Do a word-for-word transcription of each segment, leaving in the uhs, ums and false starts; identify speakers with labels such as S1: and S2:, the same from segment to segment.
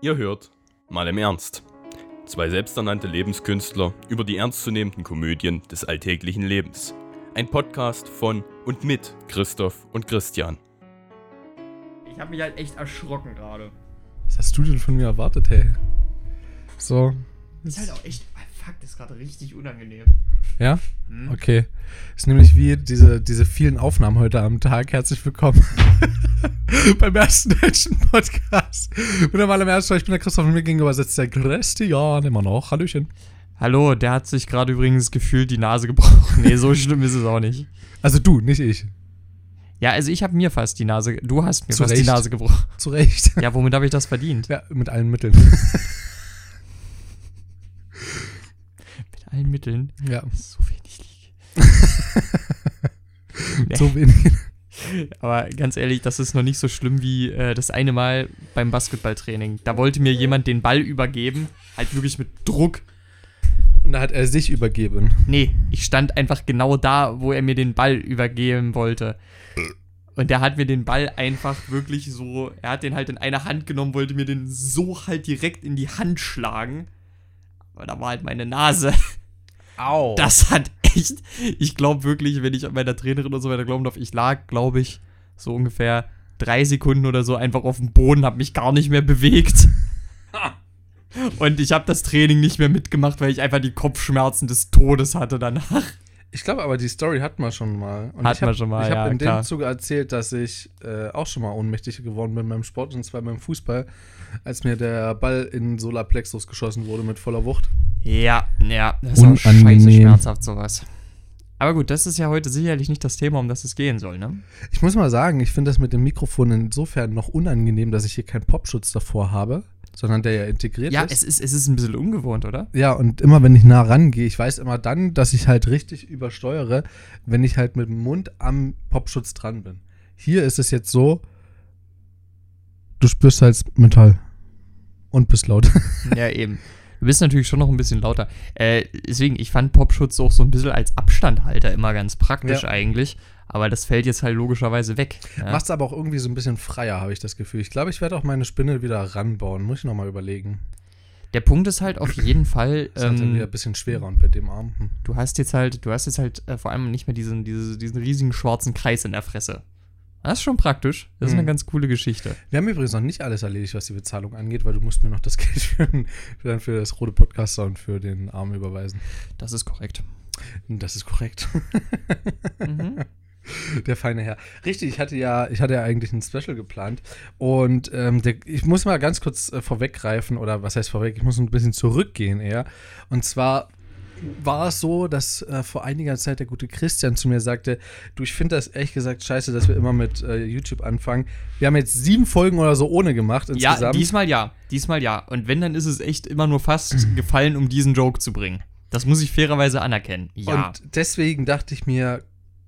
S1: Ihr hört Mal im Ernst. Zwei selbsternannte Lebenskünstler über die ernstzunehmenden Komödien des alltäglichen Lebens. Ein Podcast von und mit Christoph und Christian.
S2: Ich habe mich halt echt erschrocken gerade.
S3: Was hast du denn von mir erwartet, hey? So.
S2: Ist halt auch echt, fuck, das ist gerade richtig unangenehm.
S3: Ja?
S2: Hm?
S3: Okay. Ist nämlich wie diese, diese vielen Aufnahmen heute am Tag. Herzlich willkommen beim ersten deutschen Podcast. Mit der Mal im Ernst, ich bin der Christoph und mir gegenüber sitzt der Christian immer noch. Hallöchen.
S2: Hallo, der hat sich gerade übrigens gefühlt die Nase gebrochen. Nee, so schlimm ist es auch nicht.
S3: Also du, nicht ich.
S2: Ja, also ich habe mir fast die Nase, du hast mir
S3: Zu
S2: fast
S3: Recht.
S2: die Nase gebrochen.
S3: Zu Recht.
S2: Ja, womit habe ich das verdient?
S3: Ja, mit allen Mitteln.
S2: Mit allen Mitteln?
S3: Ja.
S2: So wenig liege. Nee.
S3: So wenig.
S2: Aber ganz ehrlich, das ist noch nicht so schlimm wie äh, das eine Mal beim Basketballtraining. Da wollte mir jemand den Ball übergeben, halt wirklich mit Druck.
S3: Und da hat er sich übergeben.
S2: Nee, ich stand einfach genau da, wo er mir den Ball übergeben wollte. Und der hat mir den Ball einfach wirklich so, er hat den halt in eine Hand genommen, wollte mir den so halt direkt in die Hand schlagen. Aber da war halt meine Nase.
S3: Au.
S2: Das hat echt, ich glaube wirklich, wenn ich an meiner Trainerin und so weiter glauben darf, ich lag, glaube ich, so ungefähr drei Sekunden oder so einfach auf dem Boden, habe mich gar nicht mehr bewegt. Und ich habe das Training nicht mehr mitgemacht, weil ich einfach die Kopfschmerzen des Todes hatte danach.
S3: Ich glaube aber, die Story hatten wir schon mal. Und
S2: Hatten
S3: ich hab,
S2: wir schon mal,
S3: Ich habe
S2: ja,
S3: in
S2: klar.
S3: dem Zuge erzählt, dass ich äh, auch schon mal ohnmächtig geworden bin beim Sport, und zwar beim Fußball, als mir der Ball in Solarplexus geschossen wurde mit voller Wucht.
S2: Ja, ja, das ist auch
S3: Unangenehm.
S2: scheiße schmerzhaft sowas. Aber gut, das ist ja heute sicherlich nicht das Thema, um das es gehen soll, ne?
S3: Ich muss mal sagen, ich finde das mit dem Mikrofon insofern noch unangenehm, dass ich hier keinen Popschutz davor habe, sondern der ja integriert
S2: Ja,
S3: ist.
S2: es ist, es ist ein bisschen ungewohnt, oder?
S3: Ja, und immer wenn ich nah rangehe, ich weiß immer dann, dass ich halt richtig übersteuere, wenn ich halt mit dem Mund am Popschutz dran bin. Hier ist es jetzt so, du spürst halt Metall und bist laut.
S2: Ja, eben. Du bist natürlich schon noch ein bisschen lauter. Äh, deswegen, ich fand Popschutz auch so ein bisschen als Abstandhalter immer ganz praktisch
S3: Ja.
S2: eigentlich. Aber das fällt jetzt halt logischerweise weg. Ja.
S3: Macht's aber auch irgendwie so ein bisschen freier, habe ich das Gefühl. Ich glaube, ich werde auch meine Spinne wieder ranbauen. Muss ich nochmal überlegen.
S2: Der Punkt ist halt auf jeden Fall,
S3: Das ist halt
S2: ähm,
S3: wieder ein bisschen schwerer und bei dem Arm. Hm.
S2: du hast jetzt halt, du hast jetzt halt äh, vor allem nicht mehr diesen, diese, diesen riesigen schwarzen Kreis in der Fresse. Das ist schon praktisch. Das ist
S3: Mhm.
S2: eine ganz coole Geschichte.
S3: Wir haben übrigens noch nicht alles erledigt, was die Bezahlung angeht, weil du musst mir noch das Geld für, für, dann für das rote Podcaster und für den Arm überweisen.
S2: Das ist korrekt.
S3: Das ist korrekt.
S2: Mhm.
S3: Der feine Herr. Richtig, ich hatte ja, ich hatte ja eigentlich ein Special geplant. Und ähm, der, ich muss mal ganz kurz äh, vorweggreifen, oder was heißt vorweg? Ich muss ein bisschen zurückgehen eher. Und zwar war es so, dass äh, vor einiger Zeit der gute Christian zu mir sagte, du, ich finde das ehrlich gesagt scheiße, dass wir immer mit äh, YouTube anfangen. Wir haben jetzt sieben Folgen oder so ohne gemacht
S2: Ja,
S3: insgesamt.
S2: diesmal ja. Diesmal ja. Und wenn, dann ist es echt immer nur fast gefallen, um diesen Joke zu bringen. Das muss ich fairerweise anerkennen. Ja.
S3: Und deswegen dachte ich mir,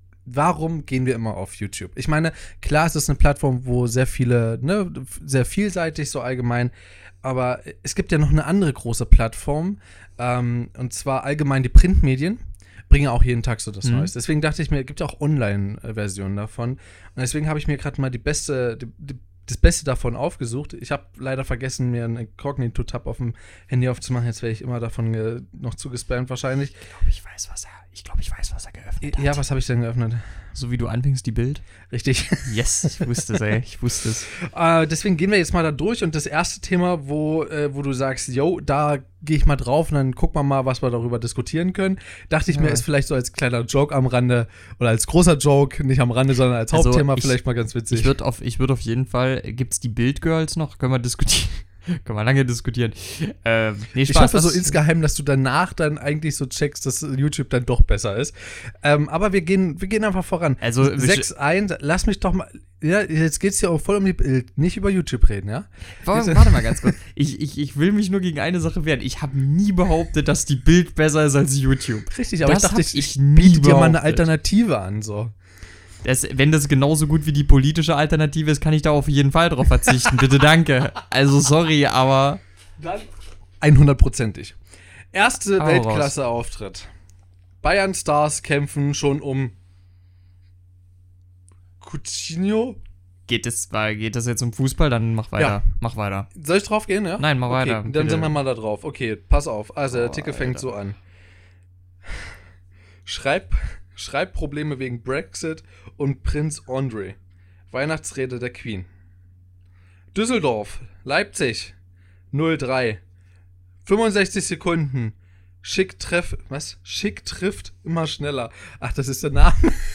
S3: warum gehen wir immer auf YouTube? Ich meine, klar, es ist eine Plattform, wo sehr viele, ne, sehr vielseitig so allgemein, aber es gibt ja noch eine andere große Plattform, ähm, und zwar allgemein die Printmedien, bringen auch jeden Tag so das
S2: Mhm.
S3: Neues. Deswegen dachte ich mir, es gibt ja auch Online-Versionen davon. Und deswegen habe ich mir gerade mal die beste, die, die, das Beste davon aufgesucht. Ich habe leider vergessen, mir einen Incognito-Tab auf dem Handy aufzumachen. Jetzt werde ich immer davon äh, noch zugespammt wahrscheinlich.
S2: Ich glaube, ich weiß, was er, ich glaube, ich weiß, was er geöffnet hat.
S3: Ja, was habe ich denn geöffnet?
S2: So wie du anfängst, die Bild.
S3: Richtig.
S2: Yes, ich wusste es, ey. Ich wusste es.
S3: Äh, deswegen gehen wir jetzt mal da durch, und das erste Thema, wo, äh, wo du sagst, yo, da gehe ich mal drauf und dann gucken wir mal, was wir darüber diskutieren können. Dachte ich
S2: Ja.
S3: mir, ist vielleicht so als kleiner Joke am Rande oder als großer Joke, nicht am Rande, sondern als
S2: Also,
S3: Hauptthema
S2: ich-
S3: vielleicht mal ganz witzig.
S2: Ich würde auf, ich würd auf jeden Fall, gibt's die Bild-Girls noch? Können wir diskutieren? Können wir lange diskutieren. Ähm, nee,
S3: Ich
S2: Spaß,
S3: hoffe so
S2: das-
S3: insgeheim, dass du danach dann eigentlich so checkst, dass YouTube dann doch besser ist. Ähm, aber wir gehen, wir gehen einfach voran.
S2: Also,
S3: sechs eins, lass mich doch mal. Ja, jetzt geht's hier auch voll um die Bild, nicht über YouTube reden, ja?
S2: Warte, warte mal ganz kurz. Ich, ich, ich will mich nur gegen eine Sache wehren. Ich habe nie behauptet, dass die Bild besser ist als YouTube.
S3: Richtig, aber
S2: Das
S3: ich dachte,
S2: hab
S3: ich,
S2: ich
S3: ich
S2: nie
S3: biete dir mal eine
S2: behauptet.
S3: Alternative an, so.
S2: Das, wenn das genauso gut wie die politische Alternative ist, kann ich da auf jeden Fall drauf verzichten. Bitte, danke. Also, sorry, aber
S3: Dann hundertprozentig. Erste
S2: Hau
S3: Weltklasse-Auftritt. Bayern Stars kämpfen schon um Coutinho
S2: Geht das, geht das jetzt um Fußball? Dann mach weiter.
S3: Ja.
S2: Mach weiter.
S3: Soll ich drauf gehen, ja?
S2: Nein, mach
S3: okay,
S2: weiter.
S3: Dann
S2: bitte.
S3: sind wir mal da drauf. Okay, pass auf. Also, der
S2: Oh,
S3: Artikel fängt
S2: Alter.
S3: so an. Schreib, Schreibprobleme wegen Brexit und Prinz André. Weihnachtsrede der Queen. Düsseldorf, Leipzig, null drei. fünfundsechzig Sekunden. Schick treff, was? Schick trifft immer schneller. Ach, das ist der Name.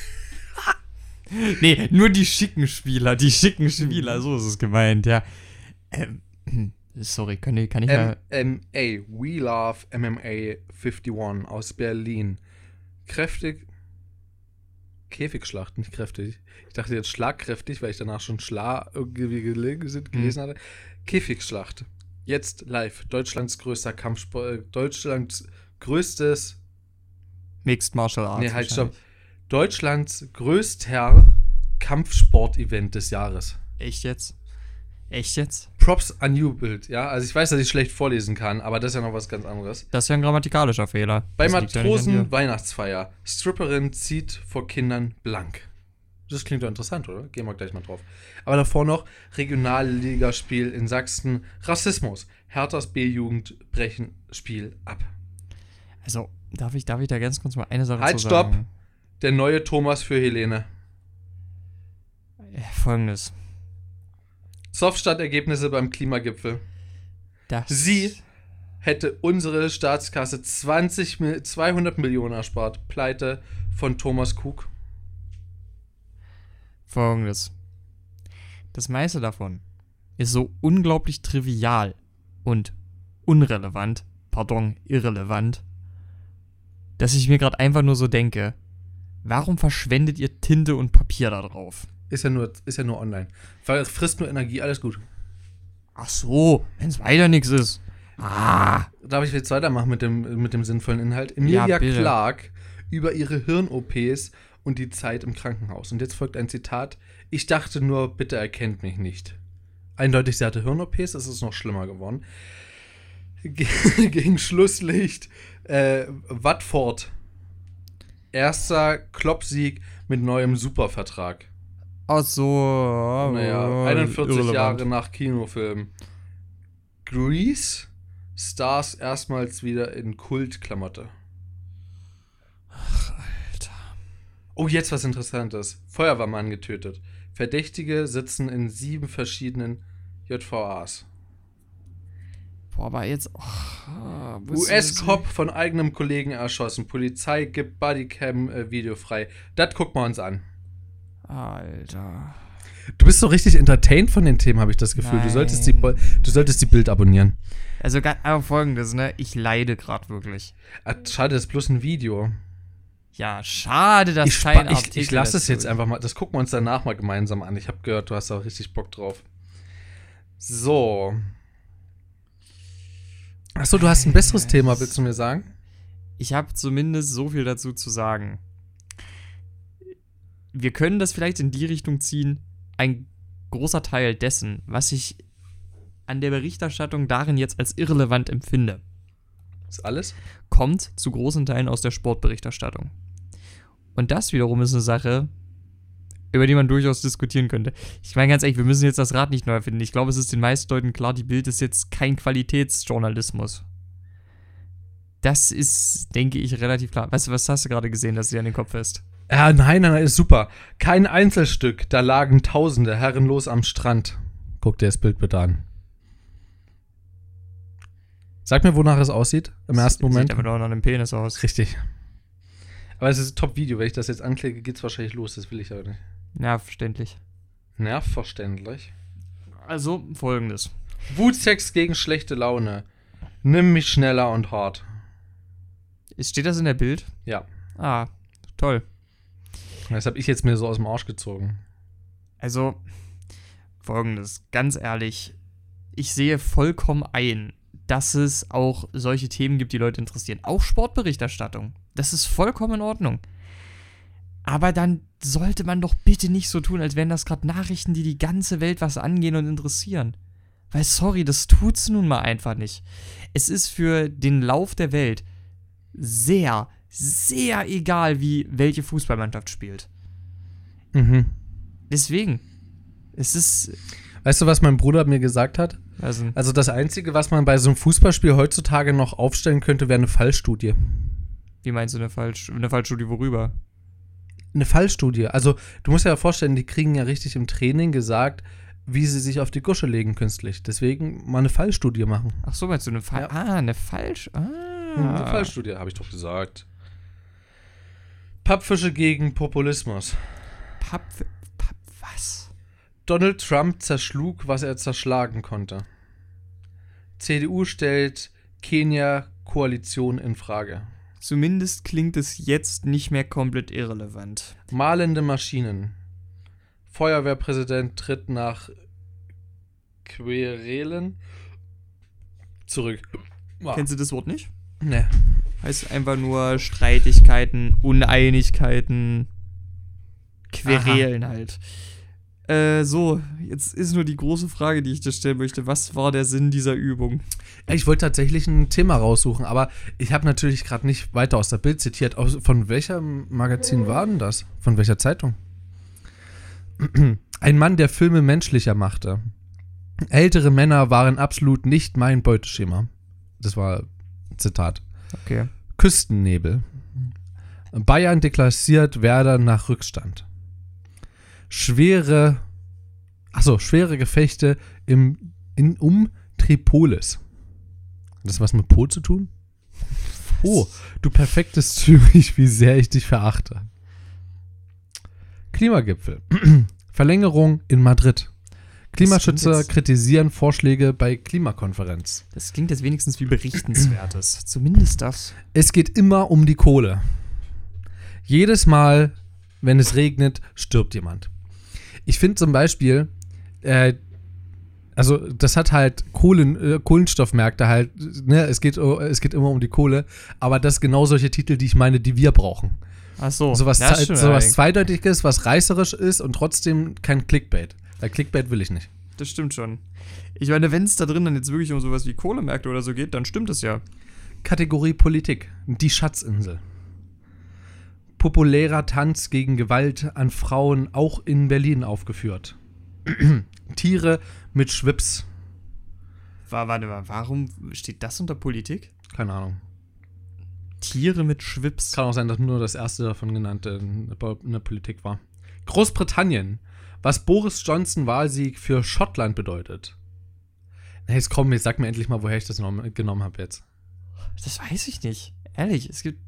S2: Nee, nur die schicken Spieler, die schicken Spieler, so ist es gemeint, ja. Ähm, sorry, kann ich, kann ich
S3: M
S2: mal...
S3: M A, We Love M M A einundfünfzig aus Berlin. Kräftig. Käfigschlacht, nicht kräftig. Ich dachte jetzt schlagkräftig, weil ich danach schon Schla irgendwie gelesen, gelesen hatte. Käfigschlacht. Jetzt live. Deutschlands größter Kampfsport. Deutschlands größtes.
S2: Mixed Martial Arts.
S3: Nee, halt,
S2: wahrscheinlich.
S3: stopp. Deutschlands größter Kampfsport-Event des Jahres.
S2: Echt jetzt? Echt jetzt?
S3: Props an Jubelt, ja. Also ich weiß, dass ich schlecht vorlesen kann, aber das ist ja noch was ganz anderes.
S2: Das ist ja ein grammatikalischer Fehler.
S3: Bei
S2: Das liegt ja nicht an
S3: Matrosen
S2: dir.
S3: Weihnachtsfeier. Stripperin zieht vor Kindern blank. Das klingt doch interessant, oder? Gehen wir gleich mal drauf. Aber davor noch Regionalligaspiel in Sachsen. Rassismus. Herthas B-Jugend brechen Spiel ab.
S2: Also, darf ich, darf ich da ganz kurz mal eine Sache
S3: Halt,
S2: zu
S3: stopp.
S2: sagen?
S3: Der neue Thomas für Helene.
S2: Ja, Folgendes.
S3: Softstart-Ergebnisse beim Klimagipfel.
S2: Das
S3: Sie hätte unsere Staatskasse zwanzig, Mil- zweihundert Millionen erspart. Pleite von Thomas Cook.
S2: Folgendes. Das meiste davon ist so unglaublich trivial und unrelevant, pardon, irrelevant, dass ich mir gerade einfach nur so denke, warum verschwendet ihr Tinte und Papier da drauf?
S3: Ist ja nur, ist ja nur online. Weil frisst nur Energie, alles gut.
S2: Ach so, wenn es weiter nichts ist. Ah,
S3: Darf ich jetzt weitermachen mit dem, mit dem sinnvollen Inhalt? Emilia
S2: Ja, bitte.
S3: Clarke über ihre Hirn-O Ps und die Zeit im Krankenhaus. Und jetzt folgt ein Zitat. Ich dachte nur, bitte erkennt mich nicht. Eindeutig, sie hatte Hirn-O Ps, es ist noch schlimmer geworden. Ge- Gegen Schlusslicht äh, Watford. Erster Klopp-Sieg mit neuem Supervertrag.
S2: ach so.
S3: Naja,
S2: äh,
S3: einundvierzig
S2: irrelevant.
S3: Jahre nach Kinofilm. Grease, Stars erstmals wieder in Kultklamotte.
S2: Ach, Alter.
S3: Oh, jetzt was Interessantes. Feuerwehrmann getötet. Verdächtige sitzen in sieben verschiedenen J V As.
S2: Boah, aber jetzt. Oh,
S3: U S-Cop von eigenem Kollegen erschossen. Polizei gibt Bodycam-Video frei. Das gucken wir uns an.
S2: Alter.
S3: Du bist so richtig entertained von den Themen, habe ich das Gefühl. Du solltest, die, Bo- du solltest die Bild abonnieren.
S2: Also, ga- aber folgendes, ne? Ich leide gerade wirklich.
S3: Ah, schade, das ist bloß ein Video.
S2: Ja, schade, dass
S3: Ich,
S2: kein
S3: spa- ich,
S2: Artikel
S3: ich lasse es
S2: dazu
S3: jetzt
S2: ist.
S3: einfach mal. Das gucken wir uns danach mal gemeinsam an. Ich habe gehört, du hast da richtig Bock drauf. So. Achso, du hast ein besseres Thema, willst du mir sagen?
S2: Ich habe zumindest so viel dazu zu sagen. Wir können das vielleicht in die Richtung ziehen. Ein großer Teil dessen, was ich an der Berichterstattung darin jetzt als irrelevant empfinde,
S3: Ist alles?
S2: kommt zu großen Teilen aus der Sportberichterstattung. Und das wiederum ist eine Sache, über die man durchaus diskutieren könnte. Ich meine ganz ehrlich, wir müssen jetzt das Rad nicht neu erfinden. Ich glaube, es ist den meisten Leuten klar, die Bild ist jetzt kein Qualitätsjournalismus. Das ist, denke ich, relativ klar. Weißt du, was hast du gerade gesehen, dass sie an den Kopf fest?
S3: Ja, nein, nein, nein, ist super. Kein Einzelstück, da lagen Tausende herrenlos am Strand. Guck dir das Bild bitte an. Sag mir, wonach es aussieht im ersten Moment.
S2: Sieht aber doch nach einem Penis aus.
S3: Richtig. Aber es ist ein Top-Video. Wenn ich das jetzt anklicke, geht's wahrscheinlich los. Das will ich aber nicht.
S2: Ja, verständlich.
S3: Nervverständlich.
S2: Also, folgendes.
S3: Wutsex gegen schlechte Laune. Nimm mich schneller und hart.
S2: Ist- Steht das in der Bild?
S3: Ja.
S2: Ah, toll.
S3: Das habe ich jetzt mir so aus dem Arsch gezogen.
S2: Also, folgendes, ganz ehrlich, ich sehe vollkommen ein, dass es auch solche Themen gibt, die Leute interessieren. Auch Sportberichterstattung. Das ist vollkommen in Ordnung. Aber dann sollte man doch bitte nicht so tun, als wären das gerade Nachrichten, die die ganze Welt was angehen und interessieren. Weil, sorry, das tut's nun mal einfach nicht. Es ist für den Lauf der Welt sehr, sehr egal, wie welche Fußballmannschaft spielt.
S3: Mhm.
S2: Deswegen, Es ist.
S3: Weißt du, was mein Bruder mir gesagt hat?
S2: Also,
S3: Also das Einzige, was man bei so einem Fußballspiel heutzutage noch aufstellen könnte, wäre eine Fallstudie.
S2: wie meinst du eine, Falsch eine Fallstudie worüber?
S3: Eine Fallstudie. Also du musst dir ja vorstellen, die kriegen ja richtig im Training gesagt, wie sie sich auf die Gusche legen künstlich. Deswegen mal eine Fallstudie machen.
S2: Ach so, meinst du eine Fall?
S3: Ja.
S2: Ah, eine Falsch. Ah.
S3: Eine Fallstudie, habe ich doch gesagt. Pappfische gegen Populismus.
S2: Papp, Papp, was?
S3: Donald Trump zerschlug, was er zerschlagen konnte. C D U stellt Kenia-Koalition in Frage.
S2: Zumindest klingt es jetzt nicht mehr komplett irrelevant.
S3: Malende Maschinen. Feuerwehrpräsident tritt nach Querelen zurück. Ah.
S2: Kennst du das Wort nicht?
S3: Ne.
S2: Heißt einfach nur Streitigkeiten, Uneinigkeiten, Querelen halt. Äh, so, jetzt ist nur die große Frage, die ich dir stellen möchte. Was war der Sinn dieser Übung?
S3: Ich wollte tatsächlich ein Thema raussuchen, aber ich habe natürlich gerade nicht weiter aus der Bild zitiert. Aus, von welchem Magazin war denn das? Von welcher Zeitung? Ein Mann, der Filme menschlicher machte. Ältere Männer waren absolut nicht mein Beuteschema. Das war ein Zitat.
S2: Okay.
S3: Küstennebel. Bayern deklassiert Werder nach Rückstand. Schwere, achso, schwere Gefechte im, in, um Tripolis. Hat das was mit Po zu tun? Oh, du perfektes Zürich, wie sehr ich dich verachte. Klimagipfel. Verlängerung in Madrid. Klimaschützer
S2: jetzt-
S3: kritisieren Vorschläge bei Klimakonferenz.
S2: Das klingt jetzt wenigstens wie Berichtenswertes. Zumindest das.
S3: Es geht immer um die Kohle. Jedes Mal, wenn es regnet, stirbt jemand. Ich finde zum Beispiel, äh, also das hat halt Kohlen, äh, Kohlenstoffmärkte halt, ne, es geht, oh, es geht immer um die Kohle, aber das sind genau solche Titel, die ich meine, die wir brauchen.
S2: Ach so.
S3: Sowas,
S2: Ja,
S3: zei-
S2: stimmt
S3: sowas
S2: eigentlich.
S3: Zweideutiges, was reißerisch ist und trotzdem kein Clickbait. Weil Clickbait will ich nicht.
S2: Das stimmt schon. Ich meine, wenn es da drin dann jetzt wirklich um sowas wie Kohlemärkte oder so geht, dann stimmt es ja.
S3: Kategorie Politik. Die Schatzinsel. Populärer Tanz gegen Gewalt an Frauen auch in Berlin aufgeführt. Tiere mit Schwips.
S2: War, warte mal, warum steht das unter Politik?
S3: Keine Ahnung.
S2: Tiere mit Schwips.
S3: Kann auch sein, dass nur das erste davon genannte eine Politik war. Großbritannien. Was Boris Johnson Wahlsieg für Schottland bedeutet. Na, jetzt komm, jetzt sag mir endlich mal, woher ich das genommen, genommen habe jetzt.
S2: Das weiß ich nicht. Ehrlich, es gibt.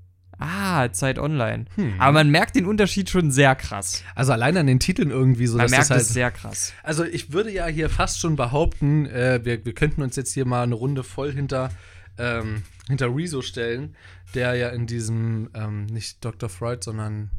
S2: Ah, Zeit Online.
S3: Hm.
S2: Aber man merkt den Unterschied schon sehr krass.
S3: Also allein an den Titeln irgendwie so,
S2: Man
S3: dass
S2: merkt
S3: das halt
S2: es sehr krass.
S3: Also ich würde ja hier fast schon behaupten, äh, wir, wir könnten uns jetzt hier mal eine Runde voll hinter, ähm, hinter Rezo stellen, der ja in diesem, ähm, nicht Doktor Freud, sondern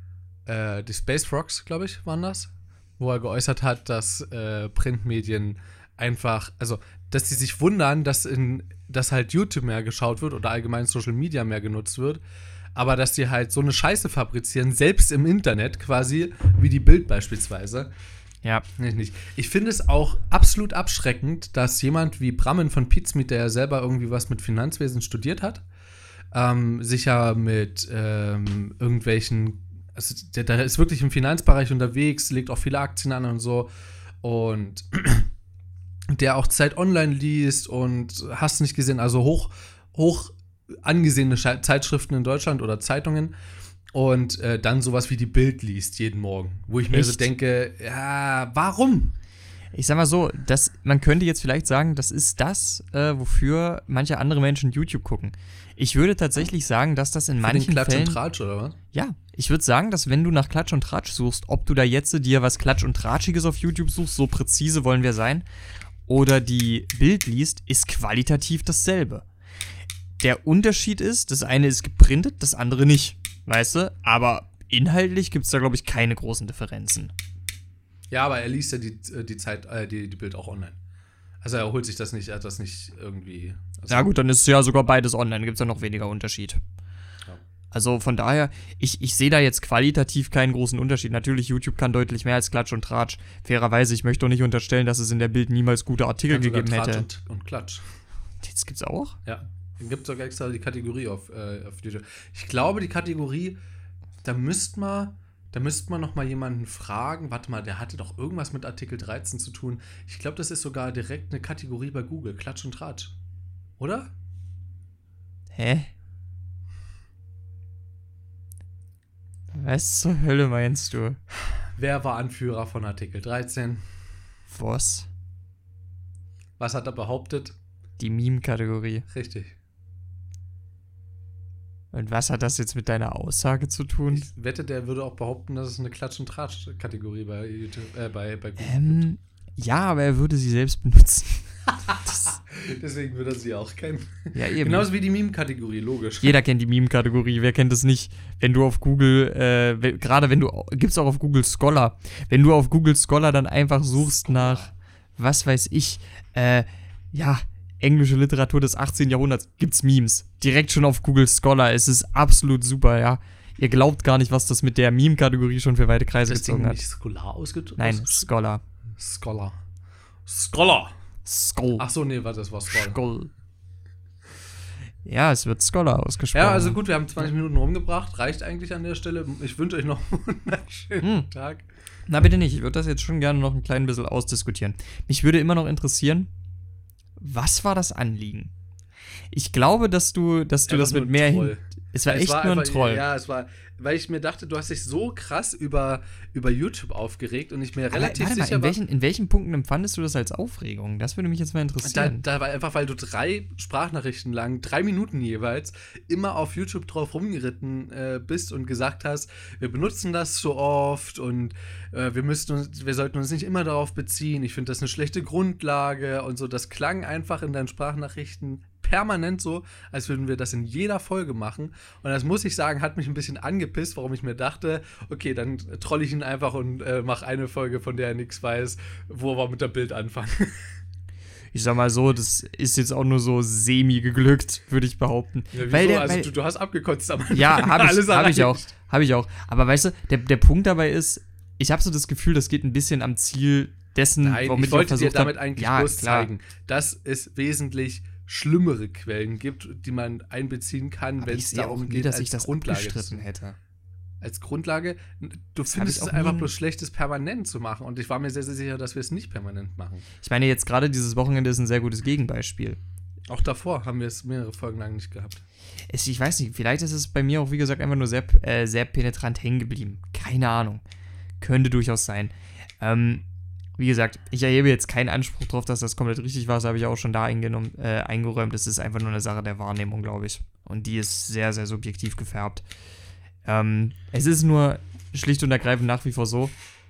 S3: äh, die Space Frogs, glaube ich, waren das, wo er geäußert hat, dass äh, Printmedien einfach, also dass die sich wundern, dass, in, dass halt YouTube mehr geschaut wird oder allgemein Social Media mehr genutzt wird, aber dass die halt so eine Scheiße fabrizieren, selbst im Internet quasi, wie die Bild beispielsweise.
S2: Ja.
S3: Nee, nicht. Ich finde es auch absolut abschreckend, dass jemand wie Brammen von Pizmeet, der ja selber irgendwie was mit Finanzwesen studiert hat, ähm, sich ja mit ähm, irgendwelchen, also der, der ist wirklich im Finanzbereich unterwegs, legt auch viele Aktien an und so und der auch Zeit Online liest und hast nicht gesehen, also hoch, hoch angesehene Sche- Zeitschriften in Deutschland oder Zeitungen und äh, dann sowas wie die Bild liest jeden Morgen, wo ich mir
S2: Echt?
S3: so denke, ja, warum?
S2: Ich sag mal so, das, man könnte jetzt vielleicht sagen, das ist das, äh, wofür manche andere Menschen YouTube gucken. Ich würde tatsächlich sagen, dass das in
S3: Für
S2: manchen
S3: den Klatsch
S2: Fällen.
S3: und Tratsch, oder was?
S2: Ja, ich würde sagen, dass wenn du nach Klatsch und Tratsch suchst, ob du da jetzt dir was Klatsch und Tratschiges auf YouTube suchst, so präzise wollen wir sein, oder die Bild liest, ist qualitativ dasselbe. Der Unterschied ist, das eine ist geprintet, das andere nicht, weißt du? Aber inhaltlich gibt es da, glaube ich, keine großen Differenzen.
S3: Ja, aber er liest ja die, die Zeit, äh, die, die Bild auch online. Also er holt sich das nicht, er hat das nicht irgendwie. Also
S2: Ja gut, dann ist ja sogar beides online, dann gibt es ja noch weniger Unterschied.
S3: Ja.
S2: Also von daher, ich, ich sehe da jetzt qualitativ keinen großen Unterschied. Natürlich, YouTube kann deutlich mehr als Klatsch und Tratsch. Fairerweise, ich möchte doch nicht unterstellen, dass es in der Bild niemals gute Artikel
S3: kann sogar
S2: gegeben
S3: Tratsch
S2: hätte.
S3: Und, und Klatsch.
S2: Das gibt's auch?
S3: Ja. Dann gibt es sogar extra die Kategorie auf, äh, auf YouTube. Ich glaube, die Kategorie, da müsste man Da müsste man noch mal jemanden fragen. Warte mal, der hatte doch irgendwas mit Artikel dreizehn zu tun. Ich glaube, das ist sogar direkt eine Kategorie bei Google. Klatsch und Tratsch. Oder?
S2: Hä? Was zur Hölle meinst du?
S3: Wer war Anführer von Artikel dreizehn?
S2: Was?
S3: Was hat er behauptet?
S2: Die Meme-Kategorie.
S3: Richtig.
S2: Und was hat das jetzt mit deiner Aussage zu tun?
S3: Ich wette, der würde auch behaupten, dass es eine Klatsch- und Tratsch-Kategorie bei YouTube, äh, bei, bei Google
S2: Ähm,
S3: gibt.
S2: ja, aber er würde sie selbst benutzen. Das,
S3: Deswegen würde er sie auch kennen.
S2: ja, eben.
S3: Genauso wie die Meme-Kategorie, logisch.
S2: Jeder kennt die Meme-Kategorie, wer kennt es nicht? Wenn du auf Google, äh, we- gerade wenn du, gibt's auch auf Google Scholar, wenn du auf Google Scholar dann einfach suchst nach, was weiß ich, äh, ja, englische Literatur des achtzehnten. Jahrhunderts, gibt's Memes. Direkt schon auf Google Scholar, es ist absolut super, ja. Ihr glaubt gar nicht, was das mit der Meme-Kategorie schon für weite Kreise
S3: das
S2: gezogen
S3: Ding
S2: hat.
S3: nicht Scholar ausgedrückt?
S2: Nein, Scholar.
S3: Scholar. Scholar.
S2: Scholl.
S3: Ach so, nee, warte, das war Scholar.
S2: Scholl. Ja, es wird Scholar ausgesprochen.
S3: Ja, also gut, wir haben zwanzig Minuten rumgebracht. Reicht eigentlich an der Stelle. Ich wünsche euch noch einen wunderschönen
S2: Hm.
S3: Tag.
S2: Na bitte nicht, ich würde das jetzt schon gerne noch ein klein bisschen ausdiskutieren. Mich würde immer noch interessieren, was war das Anliegen? Ich glaube, dass du, dass du
S3: Einfach
S2: das
S3: nur
S2: mit
S3: ein
S2: mehr
S3: Troll.
S2: hin. Es war
S3: Es
S2: echt
S3: war
S2: nur ein
S3: einfach-
S2: Troll.
S3: Ja, es war, weil ich mir dachte, du hast dich so krass über, über YouTube aufgeregt und ich mir
S2: Aber
S3: relativ
S2: warte mal,
S3: sicher
S2: in
S3: war,
S2: welchen, in welchen Punkten empfandest du das als Aufregung? Das würde mich jetzt mal
S3: da,
S2: interessieren.
S3: da war einfach, weil du drei Sprachnachrichten lang, drei Minuten jeweils, immer auf YouTube drauf rumgeritten äh, bist und gesagt hast, wir benutzen das so oft und äh, wir müssten uns, wir sollten uns nicht immer darauf beziehen. Ich finde das eine schlechte Grundlage und so. Das klang einfach in deinen Sprachnachrichten permanent so, als würden wir das in jeder Folge machen. Und das muss ich sagen, hat mich ein bisschen angepisst, warum ich mir dachte, okay, dann troll ich ihn einfach und äh, mache eine Folge, von der er nichts weiß, wo wir mit der Bild anfangen.
S2: Ich sag mal so, das ist jetzt auch nur so semi geglückt, würde ich behaupten.
S3: Ja, wieso?
S2: weil der,
S3: also
S2: weil,
S3: du, du hast abgekotzt am Anfang.
S2: ja, habe
S3: Alles
S2: ich, hab ich auch.
S3: erreicht.
S2: Habe ich auch. Aber weißt du, der, der Punkt dabei ist, ich habe so das Gefühl, das geht ein bisschen am Ziel dessen,
S3: Nein,
S2: womit
S3: ich wollte
S2: wir
S3: dir
S2: versucht
S3: damit
S2: haben.
S3: eigentlich
S2: Ja,
S3: bloß
S2: klar.
S3: zeigen, dass es wesentlich schlimmere Quellen gibt, die man einbeziehen kann,
S2: Aber
S3: wenn
S2: ich
S3: es
S2: sehe auch
S3: darum
S2: nie,
S3: geht,
S2: dass
S3: als
S2: ich das
S3: Grundlage
S2: abgestritten
S3: zu-
S2: hätte.
S3: Als Grundlage, du
S2: Das
S3: findest
S2: hab
S3: es
S2: ich auch
S3: einfach
S2: nie-
S3: bloß schlecht, es permanent zu machen. Und ich war mir sehr, sehr sicher, dass wir es nicht permanent machen.
S2: Ich meine, jetzt gerade dieses Wochenende ist ein sehr gutes Gegenbeispiel.
S3: Auch davor haben wir es mehrere Folgen lang nicht gehabt.
S2: Es, ich weiß nicht, vielleicht ist es bei mir auch, wie gesagt, einfach nur sehr, äh, sehr penetrant hängen geblieben. Keine Ahnung. Könnte durchaus sein. Ähm, wie gesagt, ich erhebe jetzt keinen Anspruch drauf, dass das komplett richtig war. Das habe ich auch schon da eingenommen, äh, eingeräumt. Das ist einfach nur eine Sache der Wahrnehmung, glaube ich. Und die ist sehr, sehr subjektiv gefärbt. Ähm, es ist nur schlicht und ergreifend nach wie vor so,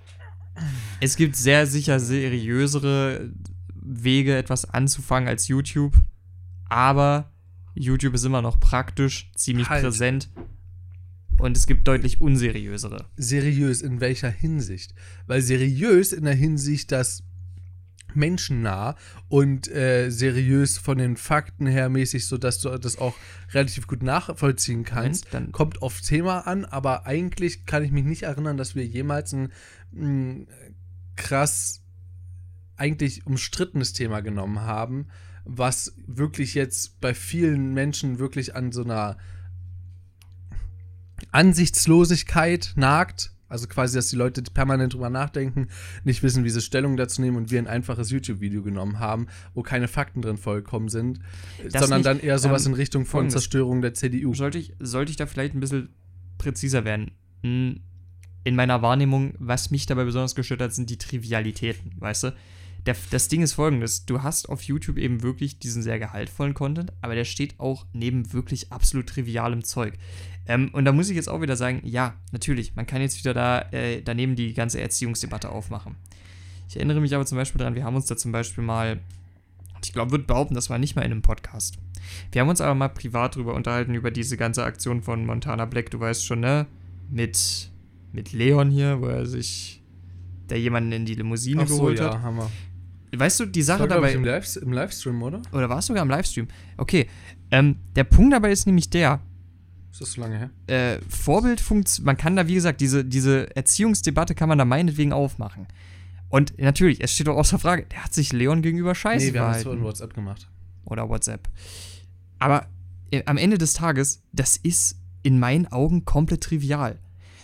S2: es gibt sehr sicher seriösere Wege, etwas anzufangen als YouTube. Aber YouTube ist immer noch praktisch, ziemlich
S3: Halt.
S2: präsent. Und es gibt deutlich unseriösere.
S3: Seriös in welcher Hinsicht? Weil seriös in der Hinsicht, dass menschennah und äh, seriös von den Fakten her mäßig, sodass du das auch relativ gut nachvollziehen kannst,
S2: Moment, dann-
S3: kommt aufs Thema an, aber eigentlich kann ich mich nicht erinnern, dass wir jemals ein mh, krass eigentlich umstrittenes Thema genommen haben, was wirklich jetzt bei vielen Menschen wirklich an so einer Ansichtslosigkeit nagt. Also quasi, dass die Leute permanent drüber nachdenken, nicht wissen, wie sie Stellung dazu nehmen und wir ein einfaches YouTube-Video genommen haben, wo keine Fakten drin vollkommen sind,
S2: Das
S3: sondern
S2: nicht,
S3: dann eher sowas
S2: ähm,
S3: in Richtung von
S2: folgendes.
S3: Zerstörung der C D U.
S2: Sollte ich, sollte ich da vielleicht ein bisschen präziser werden? Hm, In meiner Wahrnehmung, was mich dabei besonders gestört hat, sind die Trivialitäten, weißt du? Der, das Ding ist folgendes, du hast auf YouTube eben wirklich diesen sehr gehaltvollen Content, aber der steht auch neben wirklich absolut trivialem Zeug. Ähm, und da muss ich jetzt auch wieder sagen, ja, natürlich, man kann jetzt wieder da äh, daneben die ganze Erziehungsdebatte aufmachen. Ich erinnere mich aber zum Beispiel daran, wir haben uns da zum Beispiel mal, ich glaube, würde behaupten, das war nicht mal in einem Podcast. Wir haben uns aber mal privat drüber unterhalten, über diese ganze Aktion von Montana Black, du weißt schon, ne? Mit, mit Leon hier, wo er sich da jemanden in die Limousine
S3: Ach so,
S2: geholt
S3: ja,
S2: hat.
S3: Hammer.
S2: Weißt du, die
S3: Das
S2: Sache
S3: war, glaube
S2: dabei.
S3: ich, im, Live im Livestream, oder?
S2: Oder war es sogar im Livestream? Okay. Ähm, der Punkt dabei ist nämlich der,
S3: Ist das so lange her?
S2: äh, Vorbildfunktion, man kann da, wie gesagt, diese, diese Erziehungsdebatte kann man da meinetwegen aufmachen. Und natürlich, es steht doch außer Frage, der hat sich Leon gegenüber scheiße
S3: Nee, wir haben es so
S2: verhalten.
S3: in WhatsApp gemacht.
S2: Oder WhatsApp. Aber äh, am Ende des Tages, das ist in meinen Augen komplett trivial.